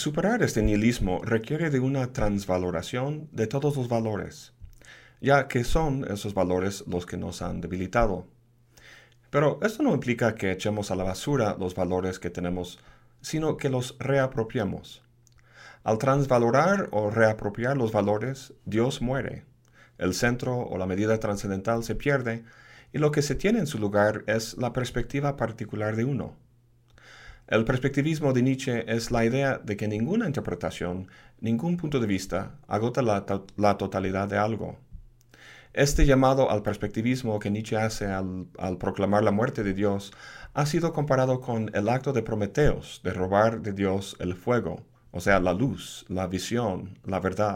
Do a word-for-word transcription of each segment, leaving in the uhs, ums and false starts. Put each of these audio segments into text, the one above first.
Superar este nihilismo requiere de una transvaloración de todos los valores, ya que son esos valores los que nos han debilitado. Pero esto no implica que echemos a la basura los valores que tenemos, sino que los reapropiemos. Al transvalorar o reapropiar los valores, Dios muere. El centro o la medida trascendental se pierde y lo que se tiene en su lugar es la perspectiva particular de uno. El perspectivismo de Nietzsche es la idea de que ninguna interpretación, ningún punto de vista, agota la, to- la totalidad de algo. Este llamado al perspectivismo que Nietzsche hace al, al proclamar la muerte de Dios ha sido comparado con el acto de Prometeos de robar de Dios el fuego, o sea, la luz, la visión, la verdad.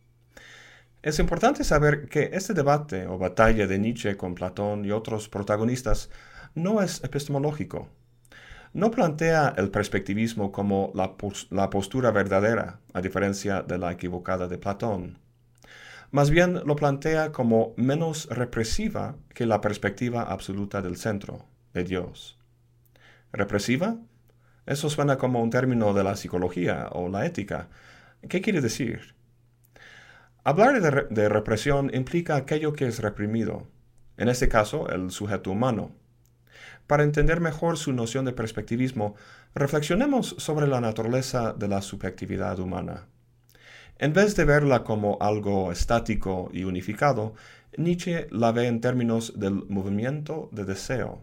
Es importante saber que este debate o batalla de Nietzsche con Platón y otros protagonistas no es epistemológico. No plantea el perspectivismo como la, pos- la postura verdadera, a diferencia de la equivocada de Platón. Más bien lo plantea como menos represiva que la perspectiva absoluta del centro, de Dios. ¿Represiva? Eso suena como un término de la psicología o la ética. ¿Qué quiere decir? Hablar de, re- de represión implica aquello que es reprimido, en este caso el sujeto humano. Para entender mejor su noción de perspectivismo, reflexionemos sobre la naturaleza de la subjetividad humana. En vez de verla como algo estático y unificado, Nietzsche la ve en términos del movimiento de deseo.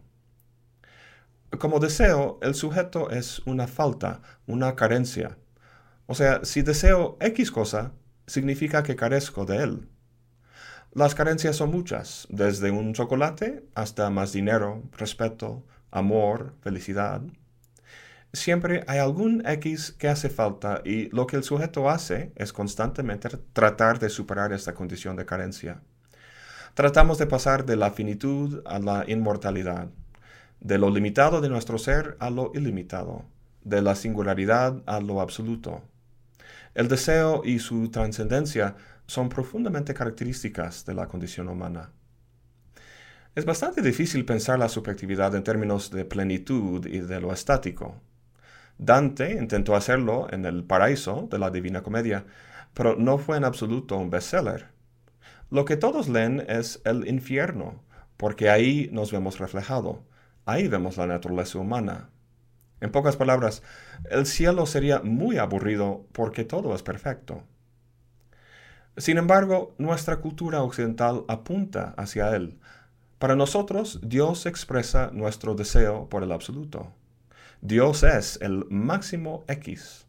Como deseo, el sujeto es una falta, una carencia. O sea, si deseo X cosa, significa que carezco de él. Las carencias son muchas, desde un chocolate hasta más dinero, respeto, amor, felicidad. Siempre hay algún X que hace falta y lo que el sujeto hace es constantemente tratar de superar esta condición de carencia. Tratamos de pasar de la finitud a la inmortalidad, de lo limitado de nuestro ser a lo ilimitado, de la singularidad a lo absoluto. El deseo y su trascendencia son profundamente características de la condición humana. Es bastante difícil pensar la subjetividad en términos de plenitud y de lo estático. Dante intentó hacerlo en El Paraíso de la Divina Comedia, pero no fue en absoluto un bestseller. Lo que todos leen es el infierno, porque ahí nos vemos reflejado, ahí vemos la naturaleza humana. En pocas palabras, el cielo sería muy aburrido porque todo es perfecto. Sin embargo, nuestra cultura occidental apunta hacia él. Para nosotros, Dios expresa nuestro deseo por el absoluto. Dios es el máximo X.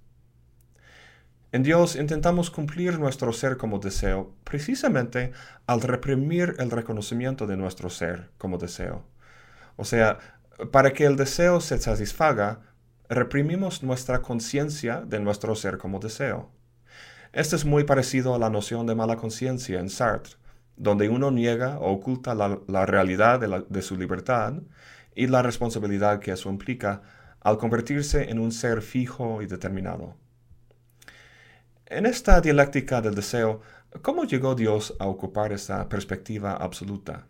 En Dios intentamos cumplir nuestro ser como deseo precisamente al reprimir el reconocimiento de nuestro ser como deseo. O sea, para que el deseo se satisfaga, reprimimos nuestra conciencia de nuestro ser como deseo. Esto es muy parecido a la noción de mala conciencia en Sartre, donde uno niega o oculta la, la realidad de, la, de su libertad y la responsabilidad que eso implica al convertirse en un ser fijo y determinado. En esta dialéctica del deseo, ¿cómo llegó Dios a ocupar esta perspectiva absoluta?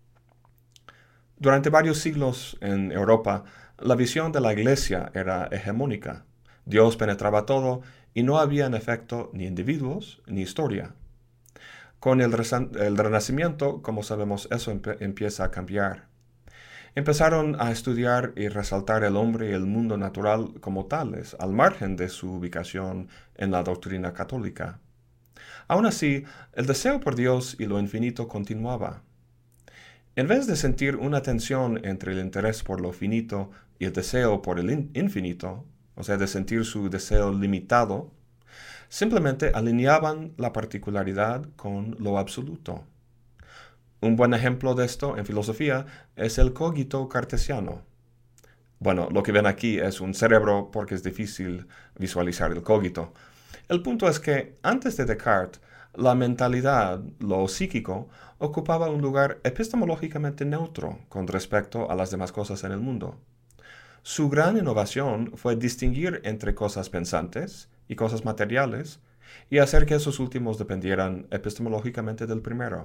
Durante varios siglos en Europa, la visión de la Iglesia era hegemónica. Dios penetraba todo y no había en efecto ni individuos ni historia. Con el, el Renacimiento, como sabemos, eso empe empieza a cambiar. Empezaron a estudiar y resaltar el hombre y el mundo natural como tales, al margen de su ubicación en la doctrina católica. Aún así, el deseo por Dios y lo infinito continuaba. En vez de sentir una tensión entre el interés por lo finito y el deseo por el in infinito, o sea, de sentir su deseo limitado, simplemente alineaban la particularidad con lo absoluto. Un buen ejemplo de esto en filosofía es el cogito cartesiano. Bueno, lo que ven aquí es un cerebro porque es difícil visualizar el cogito. El punto es que antes de Descartes, la mentalidad, lo psíquico, ocupaba un lugar epistemológicamente neutro con respecto a las demás cosas en el mundo. Su gran innovación fue distinguir entre cosas pensantes y cosas materiales y hacer que esos últimos dependieran epistemológicamente del primero.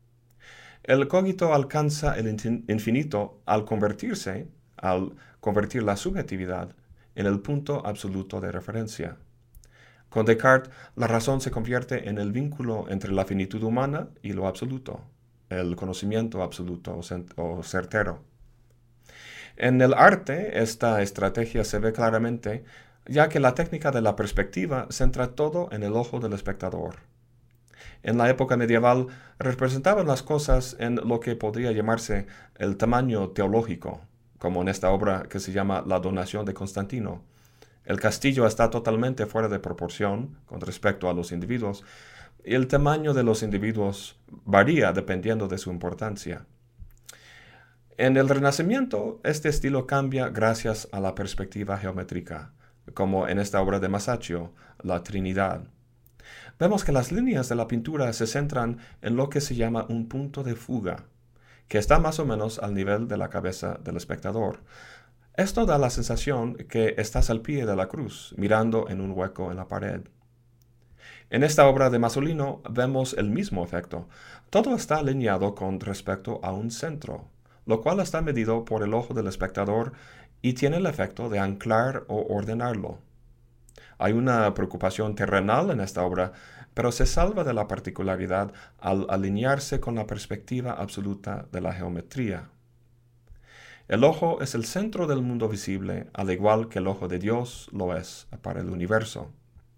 El cogito alcanza el infinito al convertirse, al convertir la subjetividad, en el punto absoluto de referencia. Con Descartes, la razón se convierte en el vínculo entre la finitud humana y lo absoluto, el conocimiento absoluto o certero. En el arte, esta estrategia se ve claramente, ya que la técnica de la perspectiva centra todo en el ojo del espectador. En la época medieval, representaban las cosas en lo que podría llamarse el tamaño teológico, como en esta obra que se llama La Donación de Constantino. El castillo está totalmente fuera de proporción con respecto a los individuos, y el tamaño de los individuos varía dependiendo de su importancia. En el Renacimiento, este estilo cambia gracias a la perspectiva geométrica, como en esta obra de Masaccio, La Trinidad. Vemos que las líneas de la pintura se centran en lo que se llama un punto de fuga, que está más o menos al nivel de la cabeza del espectador. Esto da la sensación que estás al pie de la cruz, mirando en un hueco en la pared. En esta obra de Masolino vemos el mismo efecto. Todo está alineado con respecto a un centro, lo cual está medido por el ojo del espectador y tiene el efecto de anclar o ordenarlo. Hay una preocupación terrenal en esta obra, pero se salva de la particularidad al alinearse con la perspectiva absoluta de la geometría. El ojo es el centro del mundo visible, al igual que el ojo de Dios lo es para el universo.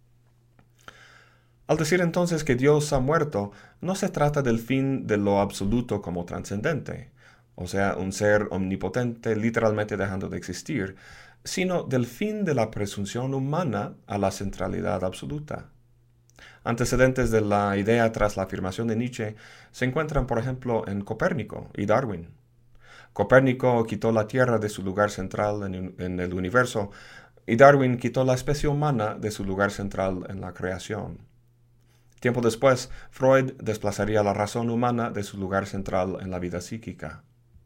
Al decir entonces que Dios ha muerto, no se trata del fin de lo absoluto como trascendente, o sea, un ser omnipotente literalmente dejando de existir, sino del fin de la presunción humana a la centralidad absoluta. Antecedentes de la idea tras la afirmación de Nietzsche se encuentran, por ejemplo, en Copérnico y Darwin. Copérnico quitó la Tierra de su lugar central en, en el universo y Darwin quitó la especie humana de su lugar central en la creación. Tiempo después, Freud desplazaría la razón humana de su lugar central en la vida psíquica.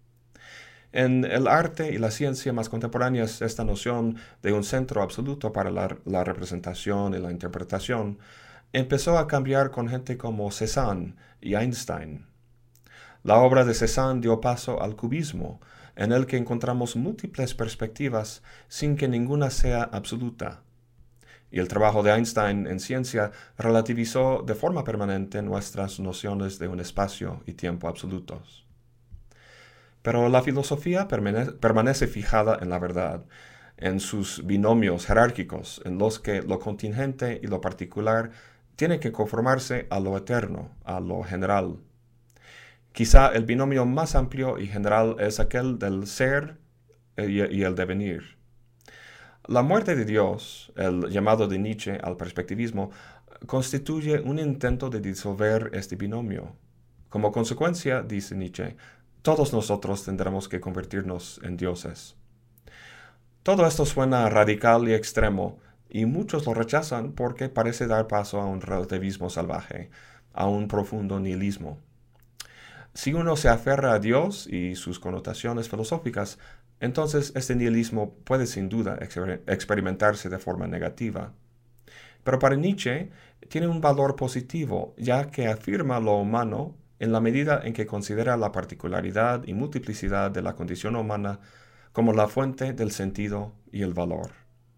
En el arte y la ciencia más contemporáneas, esta noción de un centro absoluto para la, la representación y la interpretación empezó a cambiar con gente como Cézanne y Einstein. La obra de Cézanne dio paso al cubismo, en el que encontramos múltiples perspectivas sin que ninguna sea absoluta. Y el trabajo de Einstein en ciencia relativizó de forma permanente nuestras nociones de un espacio y tiempo absolutos. Pero la filosofía permanece, permanece fijada en la verdad, en sus binomios jerárquicos, en los que lo contingente y lo particular tienen que conformarse a lo eterno, a lo general. Quizá el binomio más amplio y general es aquel del ser y el devenir. La muerte de Dios, el llamado de Nietzsche al perspectivismo, constituye un intento de disolver este binomio. Como consecuencia, dice Nietzsche, todos nosotros tendremos que convertirnos en dioses. Todo esto suena radical y extremo, y muchos lo rechazan porque parece dar paso a un relativismo salvaje, a un profundo nihilismo. Si uno se aferra a Dios y sus connotaciones filosóficas, entonces este nihilismo puede sin duda exper- experimentarse de forma negativa. Pero para Nietzsche tiene un valor positivo, ya que afirma lo humano en la medida en que considera la particularidad y multiplicidad de la condición humana como la fuente del sentido y el valor.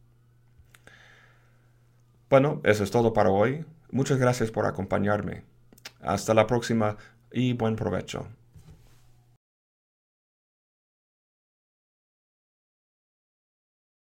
Bueno, eso es todo para hoy. Muchas gracias por acompañarme. Hasta la próxima y buen provecho.